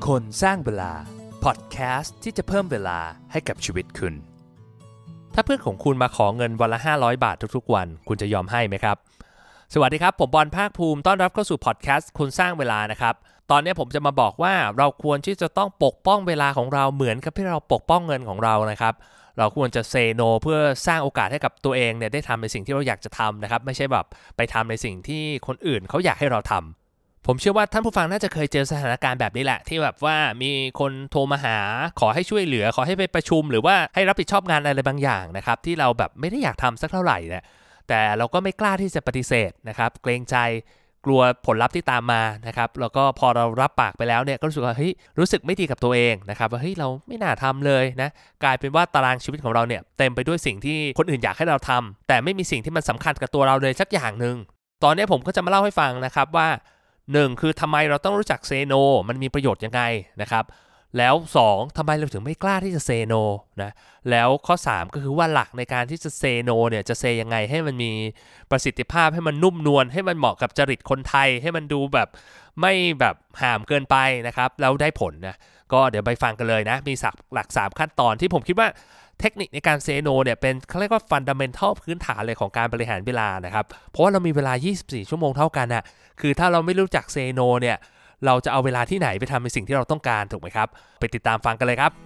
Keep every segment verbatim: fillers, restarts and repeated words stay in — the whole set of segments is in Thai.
คนสร้างเวลาพอดแคสต์ที่จะเพิ่มเวลาให้กับชีวิตคุณถ้าเพื่อนของคุณมาขอเงินวันละห้าร้อยบาททุกๆวันคุณจะยอมให้ไหมครับสวัสดีครับผมบอลภาคภูมิต้อนรับเข้าสู่พอดแคสต์คนสร้างเวลานะครับตอนนี้ผมจะมาบอกว่าเราควรที่จะต้องปกป้องเวลาของเราเหมือนกับที่เราปกป้องเงินของเรานะครับเราควรจะเซโนเพื่อสร้างโอกาสให้กับตัวเองเนี่ยได้ทำในสิ่งที่เราอยากจะทำนะครับไม่ใช่แบบไปทำในสิ่งที่คนอื่นเขาอยากให้เราทำผมเชื่อว่าท่านผู้ฟังน่าจะเคยเจอสถานการณ์แบบนี้แหละที่แบบว่ามีคนโทรมาหาขอให้ช่วยเหลือขอให้ไปประชุมหรือว่าให้รับผิดชอบงานอะไรบางอย่างนะครับที่เราแบบไม่ได้อยากทำสักเท่าไหร่เนี่ยแต่เราก็ไม่กล้าที่จะปฏิเสธนะครับเกรงใจกลัวผลลัพธ์ที่ตามมานะครับแล้วก็พอเรารับปากไปแล้วเนี่ยก็รู้สึกว่าเฮ้ยรู้สึกไม่ดีกับตัวเองนะครับว่าเฮ้ยเราไม่น่าทำเลยนะกลายเป็นว่าตารางชีวิตของเราเนี่ยเต็มไปด้วยสิ่งที่คนอื่นอยากให้เราทำแต่ไม่มีสิ่งที่มันสำคัญกับตัวเราเลยสักอย่างนึงตอนนี้ผมก็จะมาเล่าให้ฟังนะครับว่าหนึ่งคือทำไมเราต้องรู้จักเซโนมันมีประโยชน์ยังไงนะครับแล้วสองทำไมเราถึงไม่กล้าที่จะเซโนนะแล้วข้อสามก็คือว่าหลักในการที่จะเซโนเนี่ยจะเซยังไงให้มันมีประสิทธิภาพให้มันนุ่มนวลให้มันเหมาะกับจริตคนไทยให้มันดูแบบไม่แบบห่ามเกินไปนะครับแล้วได้ผลนะก็เดี๋ยวไปฟังกันเลยนะมีหลักสามขั้นตอนที่ผมคิดว่าเทคนิคในการเซโนเนี่ยเป็นเขาเรียกว่าฟันดัมเมนทัลพื้นฐานเลยของการบริหารเวลานะครับเพราะว่าเรามีเวลายี่สิบสี่ชั่วโมงเท่ากันน่ะคือถ้าเราไม่รู้จักเซโนเนี่ยเราจะเอาเวลาที่ไหนไปทำในสิ่งที่เราต้องการถูกไหมครับไปติดตามฟังกันเลยครับ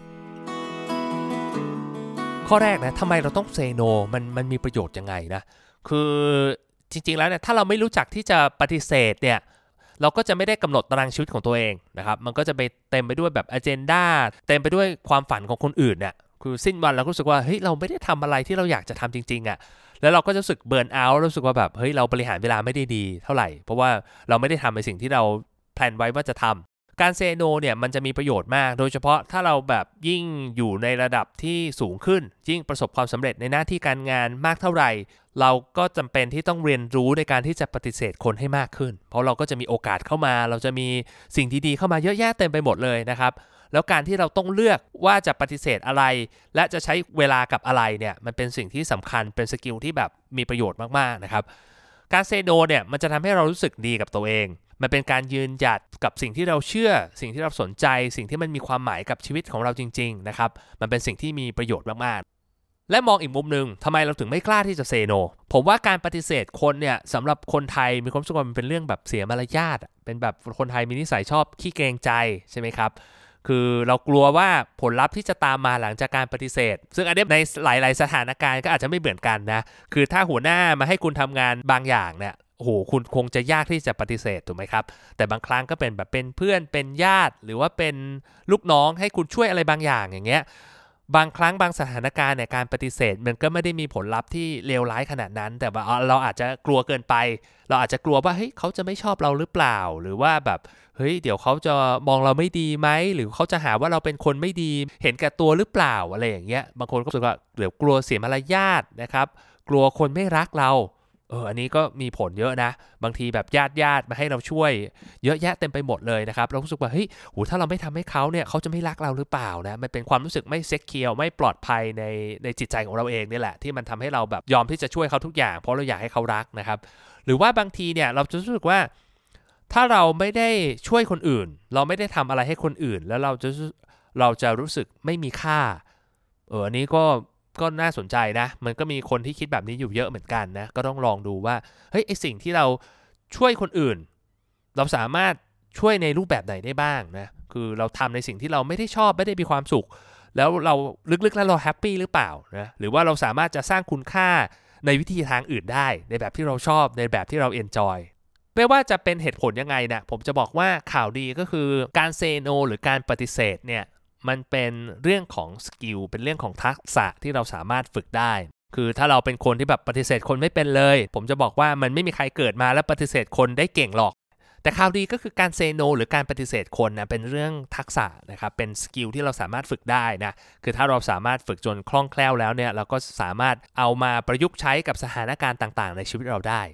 ข้อแรกนะทำไมเราต้องเซโนมันมันมีประโยชน์ยังไงนะคือจริงๆแล้วเนี่ยถ้าเราไม่รู้จักที่จะปฏิเสธเนี่ยเราก็จะไม่ได้กำหนดตารางชีวิตของตัวเองนะครับมันก็จะไปเต็มไปด้วยแบบอเจนดาเต็มไปด้วยความฝันของคนอื่นเนี่ยคือสิ้นวันเราก็รู้สึกว่าเฮ้ยเราไม่ได้ทำอะไรที่เราอยากจะทำจริงๆอ่ะแล้วเราก็จะรู้สึกเบิร์นเอาท์รู้สึกว่าแบบเฮ้ยเราบริหารเวลาไม่ได้ดีเท่าไหร่เพราะว่าเราไม่ได้ทำในสิ่งที่เราแพลนไว้ว่าจะทำการเซโนเนี่ยมันจะมีประโยชน์มากโดยเฉพาะถ้าเราแบบยิ่งอยู่ในระดับที่สูงขึ้นยิ่งประสบความสำเร็จในหน้าที่การงานมากเท่าไหร่เราก็จำเป็นที่ต้องเรียนรู้ในการที่จะปฏิเสธคนให้มากขึ้นเพราะเราก็จะมีโอกาสเข้ามาเราจะมีสิ่งดีๆเข้ามาเยอะแยะเต็มไปหมดเลยนะครับแล้วการที่เราต้องเลือกว่าจะปฏิเสธอะไรและจะใช้เวลากับอะไรเนี่ยมันเป็นสิ่งที่สำคัญเป็นสกิลที่แบบมีประโยชน์มากๆนะครับการเซโนเนี่ยมันจะทำให้เรารู้สึกดีกับตัวเองมันเป็นการยืนหยัดกับสิ่งที่เราเชื่อสิ่งที่เราสนใจสิ่งที่มันมีความหมายกับชีวิตของเราจริงๆนะครับมันเป็นสิ่งที่มีประโยชน์มากๆและมองอีกมุมนึงทำไมเราถึงไม่กล้าที่จะเซโนผมว่าการปฏิเสธคนเนี่ยสำหรับคนไทยมีความรู้สึกว่ามันเป็นเรื่องแบบเสียมารยาทเป็นแบบคนไทยมีนิสัยชอบขี้เกรงใจใช่ไหมครับคือเรากลัวว่าผลลัพธ์ที่จะตามมาหลังจากการปฏิเสธซึ่งอันนี้ในหลายๆสถานการณ์ก็อาจจะไม่เหมือนกันนะคือถ้าหัวหน้ามาให้คุณทำงานบางอย่างเนี่ยโอ้โหคุณคงจะยากที่จะปฏิเสธถูกไหมครับแต่บางครั้งก็เป็นแบบเป็นเพื่อนเป็นญาติหรือว่าเป็นลูกน้องให้คุณช่วยอะไรบางอย่างอย่างเงี้ยบางครั้งบางสถานการณ์ในการปฏิเสธมันก็ไม่ได้มีผลลัพธ์ที่เลวร้ายขนาดนั้นแต่ว่าเราอาจจะกลัวเกินไปเราอาจจะกลัวว่าเฮ้ยเขาจะไม่ชอบเราหรือเปล่าหรือว่าแบบเฮ้ยเดี๋ยวเขาจะมองเราไม่ดีไหมหรือเขาจะหาว่าเราเป็นคนไม่ดีเห็นแก่ตัวหรือเปล่าอะไรอย่างเงี้ยบางคนก็รู้สึกว่าเดี๋ยวกลัวเสียมารยาทนะครับกลัวคนไม่รักเราเอออันนี้ก็มีผลเยอะนะบางทีแบบญาติญาติมาให้เราช่วยเยอะแยะเต็มไปหมดเลยนะครับเรารู้สึกว่าเฮ้ยโหถ้าเราไม่ทำให้เขาเนี่ยเขาจะไม่รักเราหรือเปล่านะมันเป็นความรู้สึกไม่เซ็กเคียวไม่ปลอดภัยในในจิตใจของเราเองนี่แหละที่มันทำให้เราแบบยอมที่จะช่วยเขาทุกอย่างเพราะเราอยากให้เขารักนะครับหรือว่าบางทีเนี่ยเราจะรู้สึกว่าถ้าเราไม่ได้ช่วยคนอื่นเราไม่ได้ทำอะไรให้คนอื่นแล้วเราจะเราจะรู้สึกไม่มีค่าเอออันนี้ก็ก็น่าสนใจนะมันก็มีคนที่คิดแบบนี้อยู่เยอะเหมือนกันนะก็ต้องลองดูว่าเฮ้ยไอสิ่งที่เราช่วยคนอื่นเราสามารถช่วยในรูปแบบไหนได้บ้างนะคือเราทำในสิ่งที่เราไม่ได้ชอบไม่ได้มีความสุขแล้วเราลึกๆแล้วเราแฮปปี้หรือเปล่านะหรือว่าเราสามารถจะสร้างคุณค่าในวิธีทางอื่นได้ในแบบที่เราชอบในแบบที่เราเอนจอยไม่ว่าจะเป็นเหตุผลยังไงนะผมจะบอกว่าข่าวดีก็คือการเซโนหรือการปฏิเสธเนี่ยมันเป็นเรื่องของสกิลเป็นเรื่องของทักษะที่เราสามารถฝึกได้คือถ้าเราเป็นคนที่แบบปฏิเสธคนไม่เป็นเลยผมจะบอกว่ามันไม่มีใครเกิดมาแล้วปฏิเสธคนได้เก่งหรอกแต่ข่าวดีก็คือการเซโนหรือการปฏิเสธคนนะเป็นเรื่องทักษะนะครับเป็นสกิลที่เราสามารถฝึกได้นะคือถ้าเราสามารถฝึกจนคล่องแคล่วแล้วเนี่ยเราก็สามารถเอามาประยุกต์ใช้กับสถานการณ์ต่างๆในชีวิตเราได้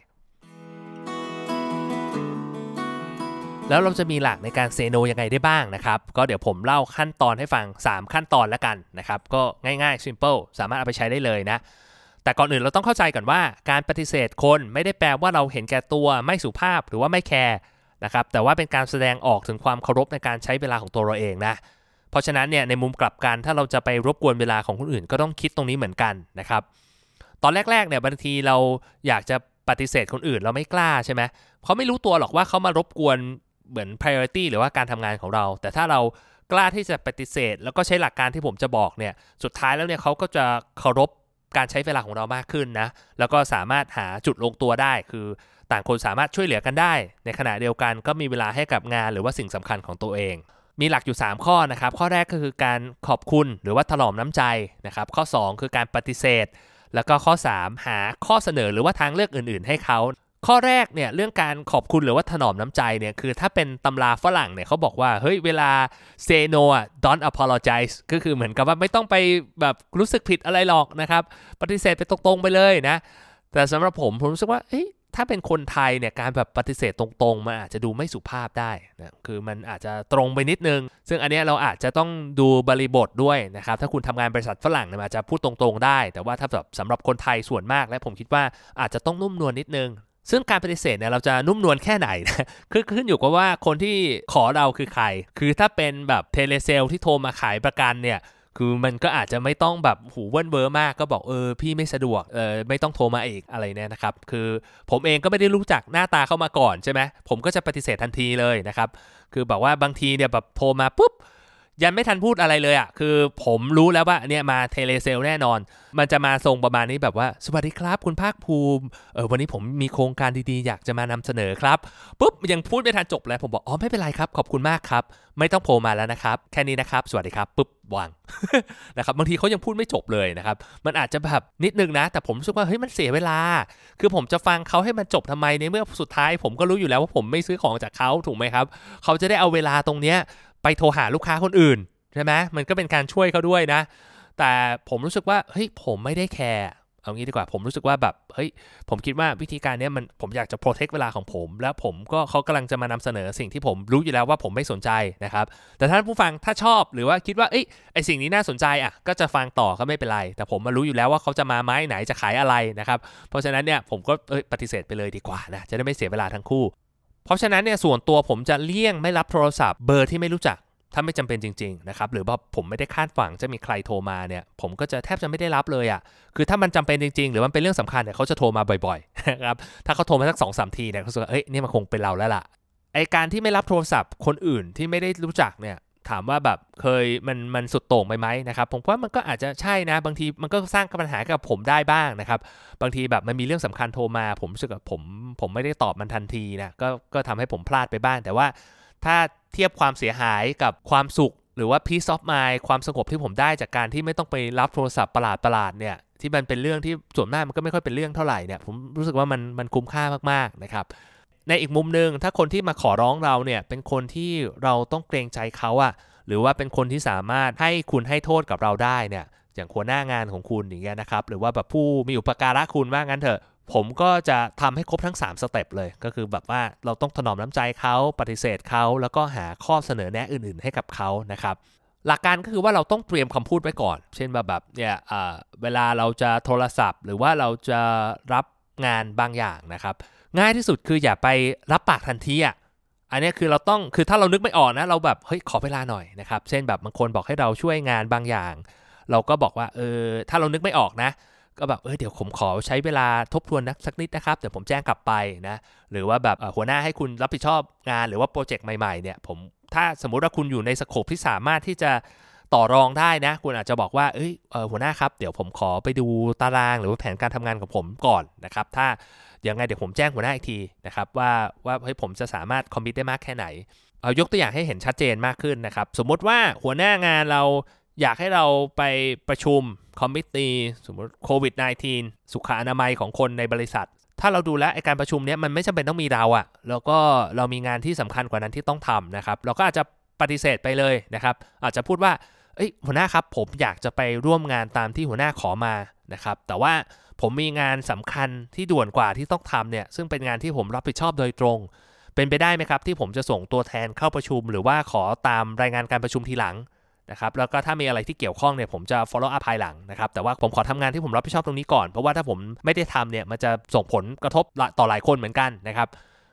แล้วเราจะมีหลักในการเซโนยังไงได้บ้างนะครับก็เดี๋ยวผมเล่าขั้นตอนให้ฟังสามขั้นตอนแล้วกันนะครับก็ง่ายๆ simple สามารถเอาไปใช้ได้เลยนะแต่ก่อนอื่นเราต้องเข้าใจก่อนว่าการปฏิเสธคนไม่ได้แปลว่าเราเห็นแก่ตัวไม่สุภาพหรือว่าไม่แคร์นะครับแต่ว่าเป็นการแสดงออกถึงความเคารพในการใช้เวลาของตัวเราเองนะเพราะฉะนั้นเนี่ยในมุมกลับกันถ้าเราจะไปรบกวนเวลาของคนอื่นก็ต้องคิดตรงนี้เหมือนกันนะครับตอนแรกๆเนี่ยบางทีเราอยากจะปฏิเสธคนอื่นเราไม่กล้าใช่ไหมเขาไม่รู้ตัวหรอกว่าเขามารบกวนเหมือน priority หรือว่าการทำงานของเราแต่ถ้าเรากล้าที่จะปฏิเสธแล้วก็ใช้หลักการที่ผมจะบอกเนี่ยสุดท้ายแล้วเนี่ยเขาก็จะเคารพการใช้เวลาของเรามากขึ้นนะแล้วก็สามารถหาจุดลงตัวได้คือต่างคนสามารถช่วยเหลือกันได้ในขณะเดียวกันก็มีเวลาให้กับงานหรือว่าสิ่งสำคัญของตัวเองมีหลักอยู่สามข้อนะครับข้อแรกก็คือการขอบคุณหรือว่าถนอมน้ำใจนะครับข้อสองคือการปฏิเสธแล้วก็ข้อสามหาข้อเสนอหรือว่าทางเลือกอื่นๆให้เขาข้อแรกเนี่ยเรื่องการขอบคุณหรือว่าถนอมน้ำใจเนี่ยคือถ้าเป็นตำราฝรั่งเนี่ยเขาบอกว่าเฮ้ยเวลา say no อ่ะ don't apologize ก็คือเหมือนกับว่าไม่ต้องไปแบบรู้สึกผิดอะไรหรอกนะครับปฏิเสธไปตรงๆไปเลยนะแต่สำหรับผมผมรู้สึกว่าเฮ้ยถ้าเป็นคนไทยเนี่ยการแบบปฏิเสธตรงๆมันอาจจะดูไม่สุภาพได้นะคือมันอาจจะตรงไปนิดนึงซึ่งอันนี้เราอาจจะต้องดูบริบทด้วยนะครับถ้าคุณทำงานบริษัทฝรั่งเนี่ยอาจจะพูดตรงๆได้แต่ว่าถ้าแบบสำหรับคนไทยส่วนมากและผมคิดว่าอาจจะต้องนุ่มนวลนิดนึงซึ่งการปฏิเสธเนี่ยเราจะนุ่มนวลแค่ไหนนะคือขึ้นอยู่กับว่าคนที่ขอเราคือใครคือถ้าเป็นแบบเทเลเซลที่โทรมาขายประกันเนี่ยคือมันก็อาจจะไม่ต้องแบบหูเว่นเวอร์มากก็บอกเออพี่ไม่สะดวกเออไม่ต้องโทรมาอีกอะไรเนี่ยนะครับคือผมเองก็ไม่ได้รู้จักหน้าตาเข้ามาก่อนใช่ไหมผมก็จะปฏิเสธทันทีเลยนะครับคือบอกว่าบางทีเนี่ยแบบโทรมาปุ๊บยังไม่ทันพูดอะไรเลยอ่ะคือผมรู้แล้วว่าเนี่ยมาเทเลเซลแน่นอนมันจะมาทรงประมาณนี้แบบว่าสวัสดีครับคุณภาคภูมิเออวันนี้ผมมีโครงการดีๆอยากจะมานำเสนอครับปุ๊บยังพูดไม่ทันจบเลยผมบอกอ๋อไม่เป็นไรครับขอบคุณมากครับไม่ต้องโทรมาแล้วนะครับแค่นี้นะครับสวัสดีครับปุ๊บวาง นะครับบางทีเขายังพูดไม่จบเลยนะครับมันอาจจะแบบนิดนึงนะแต่ผมรู้สึกว่าเฮ้ยมันเสียเวลาคือผมจะฟังเขาให้มันจบทำไมในเมื่อสุดท้ายผมก็รู้อยู่แล้วว่าผมไม่ซื้อของจากเขาถูกไหมครับเขาจะได้เอาเวลาตรงเนี้ยไปโทรหาลูกค้าคนอื่นใช่ไหมมันก็เป็นการช่วยเขาด้วยนะแต่ผมรู้สึกว่าเฮ้ยผมไม่ได้แคร์เอางี้ดีกว่าผมรู้สึกว่าแบบเฮ้ยผมคิดว่าวิธีการนี้มันผมอยากจะโปรเทคเวลาของผมแล้วผมก็เขากำลังจะมานำเสนอสิ่งที่ผมรู้อยู่แล้วว่าผมไม่สนใจนะครับแต่ท่านผู้ฟังถ้าชอบหรือว่าคิดว่าเอ้ยไอสิ่งนี้น่าสนใจอ่ะก็จะฟังต่อก็ไม่เป็นไรแต่ผมมารู้อยู่แล้วว่าเขาจะมาไม้ไหนจะขายอะไรนะครับเพราะฉะนั้นเนี่ยผมก็เอ้ยปฏิเสธไปเลยดีกว่านะจะได้ไม่เสียเวลาทั้งคู่เพราะฉะนั้นเนี่ยส่วนตัวผมจะเลี่ยงไม่รับโทรศัพท์เบอร์ที่ไม่รู้จักถ้าไม่จำเป็นจริงๆนะครับหรือว่าผมไม่ได้คาดหวังจะมีใครโทรมาเนี่ยผมก็จะแทบจะไม่ได้รับเลยอ่ะคือถ้ามันจำเป็นจริงๆหรือมันเป็นเรื่องสำคัญเนี่ยเขาจะโทรมาบ่อยๆนะครับถ้าเขาโทรมาสัก สองสาม ทีเนี่ยเขาสึกว่าเอ้ยนี่มันคงเป็นเราแล้วล่ะไอการที่ไม่รับโทรศัพท์คนอื่นที่ไม่ได้รู้จักเนี่ยถามว่าแบบเคยมันมันสุดโต่งไปไหมนะครับผมว่ามันก็อาจจะใช่นะบางทีมันก็สร้างปัญหากับผมได้บ้างนะครับบางทีแบบมันมีเรื่องสำคัญโทรมาผมรู้สึกว่าผมผมไม่ได้ตอบมันทันทีนะก็ก็ทำให้ผมพลาดไปบ้างแต่ว่าถ้าเทียบความเสียหายกับความสุขหรือว่า peace of mind ความสงบที่ผมได้จากการที่ไม่ต้องไปรับโทรศัพท์ประหลาดๆเนี่ยที่มันเป็นเรื่องที่ส่วนมากมันก็ไม่ค่อยเป็นเรื่องเท่าไหร่เนี่ยผมรู้สึกว่ามันมันคุ้มค่ามากๆนะครับในอีกมุมนึงถ้าคนที่มาขอร้องเราเนี่ยเป็นคนที่เราต้องเกรงใจเขาอะหรือว่าเป็นคนที่สามารถให้คุณให้โทษกับเราได้เนี่ยอย่างหัวหน้างานของคุณอย่างเงี้ยนะครับหรือว่าแบบผู้มีอุปการะคุณว่างั้นเถอะผมก็จะทำให้ครบทั้งสามสเต็ปเลยก็คือแบบว่าเราต้องถนอมน้ำใจเขาปฏิเสธเขาแล้วก็หาข้อเสนอแนะอื่นๆให้กับเขานะครับหลักการก็คือว่าเราต้องเตรียมคำพูดไว้ก่อนเช่นแบบแบบเนี่ยเอ่อเวลาเราจะโทรศัพท์หรือว่าเราจะรับงานบางอย่างนะครับง่ายที่สุดคืออย่าไปรับปากทันทีอ่ะอันนี้คือเราต้องคือถ้าเรานึกไม่ออกนะเราแบบเฮ้ยขอเวลาหน่อยนะครับเช่นแบบบางคนบอกให้เราช่วยงานบางอย่างเราก็บอกว่าเออถ้าเรานึกไม่ออกนะก็แบบเออเดี๋ยวผมขอใช้เวลาทบทวนสักนิดนะครับเดี๋ยวผมแจ้งกลับไปนะหรือว่าแบบหัวหน้าให้คุณรับผิดชอบงานหรือว่าโปรเจกต์ใหม่ๆเนี่ยผมถ้าสมมุติว่าคุณอยู่ในสโคปที่สามารถที่จะต่อรองได้นะคุณอาจจะบอกว่าเอ้ยเออหัวหน้าครับเดี๋ยวผมขอไปดูตารางหรือว่าแผนการทำงานของผมก่อนนะครับถ้ายังไงเดี๋ยวผมแจ้งหัวหน้าอีกทีนะครับว่าว่าเฮ้ยผมจะสามารถคอมมิตได้มากแค่ไหนเอายกตัวอย่างให้เห็นชัดเจนมากขึ้นนะครับสมมติว่าหัวหน้างานเราอยากให้เราไปประชุมคอมมิตตี้สมมติโควิด สิบเก้า สุขอนามัยของคนในบริษัทถ้าเราดูแลไอ้การประชุมเนี้ยมันไม่จำเป็นต้องมีเราอะแล้วก็เรามีงานที่สำคัญกว่านั้นที่ต้องทำนะครับเราก็อาจจะปฏิเสธไปเลยนะครับอาจจะพูดว่าเอ้ยหัวหน้าครับผมอยากจะไปร่วมงานตามที่หัวหน้าขอมานะครับแต่ว่าผมมีงานสำคัญที่ด่วนกว่าที่ต้องทำเนี่ยซึ่งเป็นงานที่ผมรับผิดชอบโดยตรงเป็นไปได้ไหมครับที่ผมจะส่งตัวแทนเข้าประชุมหรือว่าขอตามรายงานการประชุมทีหลังนะครับแล้วก็ถ้ามีอะไรที่เกี่ยวข้องเนี่ยผมจะ follow up ภายหลังนะครับแต่ว่าผมขอทำงานที่ผมรับผิดชอบตรงนี้ก่อนเพราะว่าถ้าผมไม่ได้ทำเนี่ยมันจะส่งผลกระทบต่อหลายคนเหมือนกันนะครับ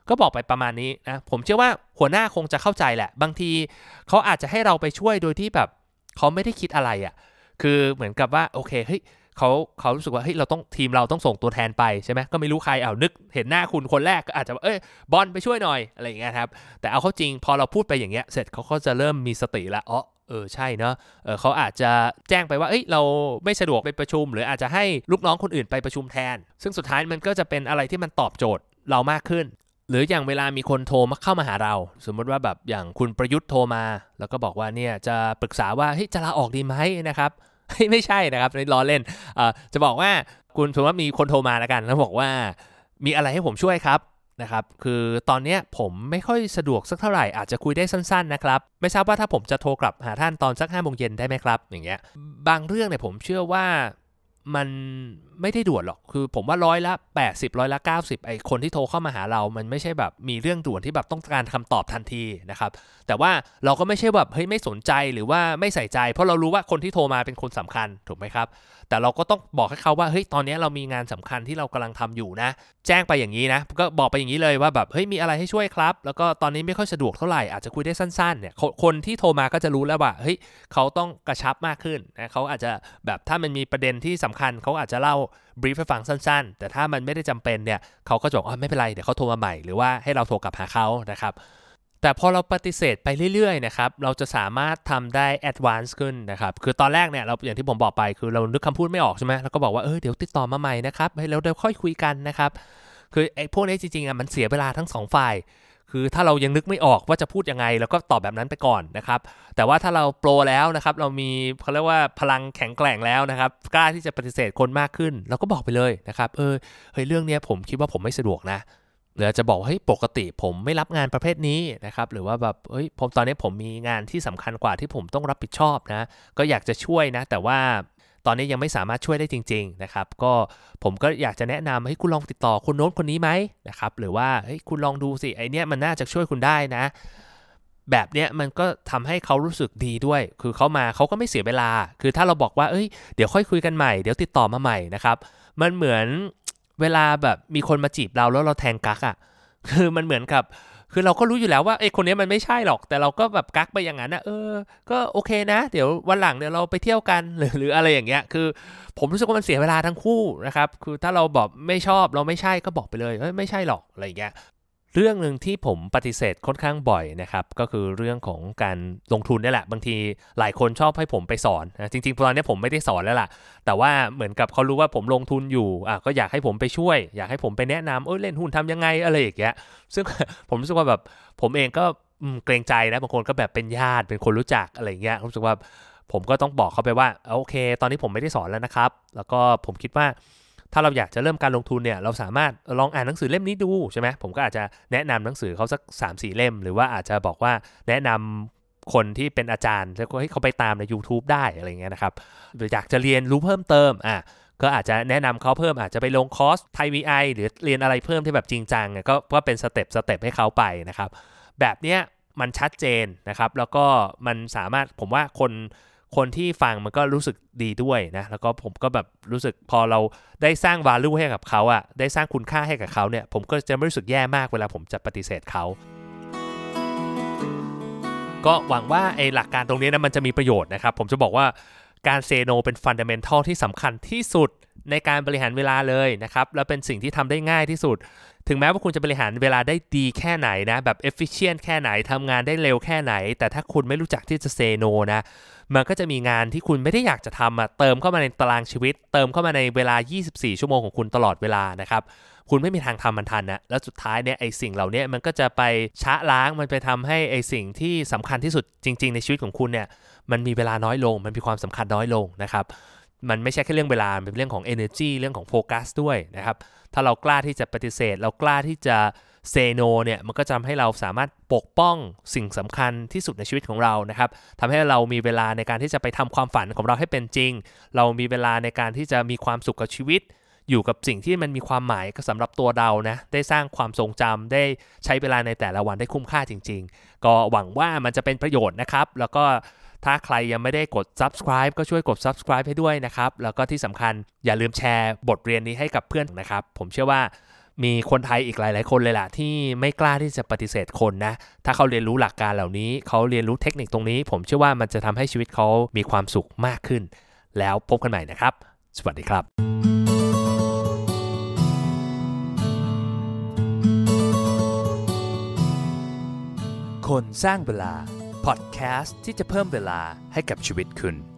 ก็บอกไปประมาณนี้นะผมเชื่อว่าหัวหน้าคงจะเข้าใจแหละบางทีเขาอาจจะให้เราไปช่วยโดยที่แบบเขาไม่ได้คิดอะไรอ่ะคือเหมือนกับว่าโอเคเฮ้ยเขาเขารู้สึกว่าเฮ้ยเราต้องทีมเราต้องส่งตัวแทนไปใช่ไหมก็ไม่รู้ใครเอานึกเห็นหน้าคุณคนแรกก็อาจจะเอ้ยบอลไปช่วยหน่อยอะไรอย่างเงี้ยครับแต่เอาเข้าจริงพอเราพูดไปอย่างเงี้ยเสร็จเขาก็จะเริ่มมีสติละอ๋อเออใช่เนาะเออเขาอาจจะแจ้งไปว่าเอ้ยเราไม่สะดวกไปประชุมหรืออาจจะให้ลูกน้องคนอื่นไปประชุมแทนซึ่งสุดท้ายมันก็จะเป็นอะไรที่มันตอบโจทย์เรามากขึ้นหรืออย่างเวลามีคนโทรมาเข้ามาหาเราสมมติว่าแบบอย่างคุณประยุทธ์โทรมาแล้วก็บอกว่าเนี่ยจะปรึกษาว่าเฮ้ยจะลาออกดีไหมนะครับไม่ใช่นะครับนี่ล้อเล่นเอ่อจะบอกว่าคุณสมมติว่ามีคนโทรมาแล้วกันแล้วบอกว่ามีอะไรให้ผมช่วยครับนะครับคือตอนนี้ผมไม่ค่อยสะดวกสักเท่าไหร่อาจจะคุยได้สั้นๆนะครับไม่ทราบว่าถ้าผมจะโทรกลับหาท่านตอนสักห้าโมงเย็นได้ไหมครับอย่างเงี้ยบางเรื่องเนี่ยผมเชื่อว่ามันไม่ได้ด่วนหรอกคือผมว่าร้อยละแปดสิบร้อยละเก้าสิบไอ้คนที่โทรเข้ามาหาเรามันไม่ใช่แบบมีเรื่องด่วนที่แบบต้องการคำตอบทันทีนะครับแต่ว่าเราก็ไม่ใช่แบบเฮ้ยไม่สนใจหรือว่าไม่ใส่ใจเพราะเรารู้ว่าคนที่โทรมาเป็นคนสำคัญถูกไหมครับแต่เราก็ต้องบอกให้เขาว่าเฮ้ยตอนนี้เรามีงานสำคัญที่เรากำลังทำอยู่นะแจ้งไปอย่างนี้นะก็บอกไปอย่างนี้เลยว่าแบบเฮ้ยมีอะไรให้ช่วยครับแล้วก็ตอนนี้ไม่ค่อยสะดวกเท่าไหร่อาจจะคุยได้สั้นๆเนี่ยคนที่โทรมาก็จะรู้แล้วว่าเฮ้ยเขาต้องกระชับมากขึ้นนะเขาอาจจะแบบถ้ามันมีประเด็นที่สำคัญเขาอาจจะเล่าบรีฟให้ฟังสั้นๆแต่ถ้ามันไม่ได้จำเป็นเนี่ยเขาก็จะบอกอ๋อไม่เป็นไรเดี๋ยวเขาโทรมาใหม่หรือว่าให้เราโทรกลับหาเขานะครับแต่พอเราปฏิเสธไปเรื่อยๆนะครับเราจะสามารถทำได้แอดวานซ์ขึ้นนะครับคือตอนแรกเนี่ยเราอย่างที่ผมบอกไปคือเรานึกคำพูดไม่ออกใช่ไหมแล้วก็บอกว่าเออเดี๋ยวติดต่อมาใหม่นะครับแล้วเดี๋ยวค่อยคุยกันนะครับคือไอ้พวกนี้จริงๆอ่ะมันเสียเวลาทั้งสองฝ่ายคือถ้าเรายังนึกไม่ออกว่าจะพูดยังไงเราก็ตอบแบบนั้นไปก่อนนะครับแต่ว่าถ้าเราโปรแล้วนะครับเรามีเขาเรียกว่าพลังแข็งแกร่งแล้วนะครับกล้าที่จะปฏิเสธคนมากขึ้นเราก็บอกไปเลยนะครับเออเฮ้ยเรื่องนี้ผมคิดว่าผมไม่สะดวกนะหรือจะบอกเฮ้ยปกติผมไม่รับงานประเภทนี้นะครับหรือว่าแบบเฮ้ยผมตอนนี้ผมมีงานที่สำคัญกว่าที่ผมต้องรับผิดชอบนะก็อยากจะช่วยนะแต่ว่าตอนนี้ยังไม่สามารถช่วยได้จริงๆนะครับก็ผมก็อยากจะแนะนำให้คุณลองติดต่อคนโน้นคนนี้ไหมนะครับหรือว่าเฮ้ยคุณลองดูสิไอเนี้ยมันน่าจะช่วยคุณได้นะแบบเนี้ยมันก็ทำให้เขารู้สึกดีด้วยคือเขามาเขาก็ไม่เสียเวลาคือถ้าเราบอกว่าเอ้ยเดี๋ยวค่อยคุยกันใหม่เดี๋ยวติดต่อมาใหม่นะครับมันเหมือนเวลาแบบมีคนมาจีบเราแล้วเราแทงกั๊กอ่ะคือมันเหมือนกับคือเราก็รู้อยู่แล้วว่าไอ้คนนี้มันไม่ใช่หรอกแต่เราก็แบบกั๊กไปอย่างนั้นนะเออก็โอเคนะเดี๋ยววันหลังเดี๋ยวเราไปเที่ยวกันหรือหรืออะไรอย่างเงี้ยคือผมรู้สึกว่ามันเสียเวลาทั้งคู่นะครับคือถ้าเราบอกไม่ชอบเราไม่ใช่ก็บอกไปเลยเอ้ยไม่ใช่หรอกอะไรอย่างเงี้ยเรื่องนึงที่ผมปฏิเสธค่อนข้างบ่อยนะครับก็คือเรื่องของการลงทุนนี่แหละบางทีหลายคนชอบให้ผมไปสอนนะจริงๆตอนนี้ผมไม่ได้สอนแล้วล่ะแต่ว่าเหมือนกับเขารู้ว่าผมลงทุนอยู่อ่ะก็อยากให้ผมไปช่วยอยากให้ผมไปแนะนำเออเล่นหุ้นทำยังไงอะไรอย่างเงี้ยซึ่ง ผมรู้สึกว่าแบบผมเองก็เกรงใจนะบางคนก็แบบเป็นญาติเป็นคนรู้จักอะไรเงี้ยรู้สึกว่าผมก็ต้องบอกเขาไปว่าโอเคตอนนี้ผมไม่ได้สอนแล้วนะครับแล้วก็ผมคิดว่าถ้าเราอยากจะเริ่มการลงทุนเนี่ยเราสามารถลองอ่านหนังสือเล่มนี้ดูใช่ไหมผมก็อาจจะแนะนำหนังสือเขาสัก สามสี่ เล่มหรือว่าอาจจะบอกว่าแนะนำคนที่เป็นอาจารย์แล้วก็ให้เขาไปตามใน YouTube ได้อะไรเงี้ยนะครับหรืออยากจะเรียนรู้เพิ่มเติมอ่ะก็อาจจะแนะนำเขาเพิ่มอาจจะไปลงคอร์สไทย วี ไอ หรือเรียนอะไรเพิ่มที่แบบจริงจังก็ก็เป็นสเต็ปสเต็ปให้เขาไปนะครับแบบเนี้ยมันชัดเจนนะครับแล้วก็มันสามารถผมว่าคนคนที่ฟังมันก็รู้สึกดีด้วยนะแล้วก็ผมก็แบบรู้สึกพอเราได้สร้าง value ให้กับเขาอ่ะได้สร้างคุณค่าให้กับเขาเนี่ยผมก็จะไม่รู้สึกแย่มากเวลาผมจะปฏิเสธเขาก็หวังว่าไอ้หลักการตรงนี้นะมันจะมีประโยชน์นะครับผมจะบอกว่าการเซโนเป็นฟันดาเมนทัลที่สำคัญที่สุดในการบริหารเวลาเลยนะครับแล้วเป็นสิ่งที่ทำได้ง่ายที่สุดถึงแม้ว่าคุณจะบริหารเวลาได้ดีแค่ไหนนะแบบ efficient แค่ไหนทำงานได้เร็วแค่ไหนแต่ถ้าคุณไม่รู้จักที่จะเซโนนะมันก็จะมีงานที่คุณไม่ได้อยากจะทำอะเติมเข้ามาในตารางชีวิตเติมเข้ามาในเวลายี่สิบสี่ชั่วโมงของคุณตลอดเวลานะครับคุณไม่มีทางทำมันทันนะแล้วสุดท้ายเนี่ยไอ้สิ่งเหล่านี้มันก็จะไปชะล้างมันไปทำให้ไอ้สิ่งที่สำคัญที่สุดจริงๆในชีวิตของคุณเนี่ยมันมีเวลาน้อยลงมันมีความสำคัญน้อยลงนะครับมันไม่ใช่แค่เรื่องเวลาเป็นเรื่องของ energy เรื่องของโฟกัสด้วยนะครับถ้าเรากล้าที่จะปฏิเสธเรากล้าที่จะเซโนเนี่ยมันก็จะทำให้เราสามารถปกป้องสิ่งสำคัญที่สุดในชีวิตของเรานะครับทำให้เรามีเวลาในการที่จะไปทำความฝันของเราให้เป็นจริงเรามีเวลาในการที่จะมีความสุขกับชีวิตอยู่กับสิ่งที่มันมีความหมายสำหรับตัวเรานะได้สร้างความทรงจำได้ใช้เวลาในแต่ละวันได้คุ้มค่าจริงๆก็หวังว่ามันจะเป็นประโยชน์นะครับแล้วก็ถ้าใครยังไม่ได้กด subscribe ก็ช่วยกด subscribe ให้ด้วยนะครับแล้วก็ที่สำคัญอย่าลืมแชร์บทเรียนนี้ให้กับเพื่อนนะครับผมเชื่อว่ามีคนไทยอีกหลายๆคนเลยล่ะที่ไม่กล้าที่จะปฏิเสธคนนะถ้าเขาเรียนรู้หลักการเหล่านี้เขาเรียนรู้เทคนิคตรงนี้ผมเชื่อว่ามันจะทำให้ชีวิตเขามีความสุขมากขึ้นแล้วพบกันใหม่นะครับสวัสดีครับคนสร้างเวลาพอดแคสต์ที่จะเพิ่มเวลาให้กับชีวิตคุณ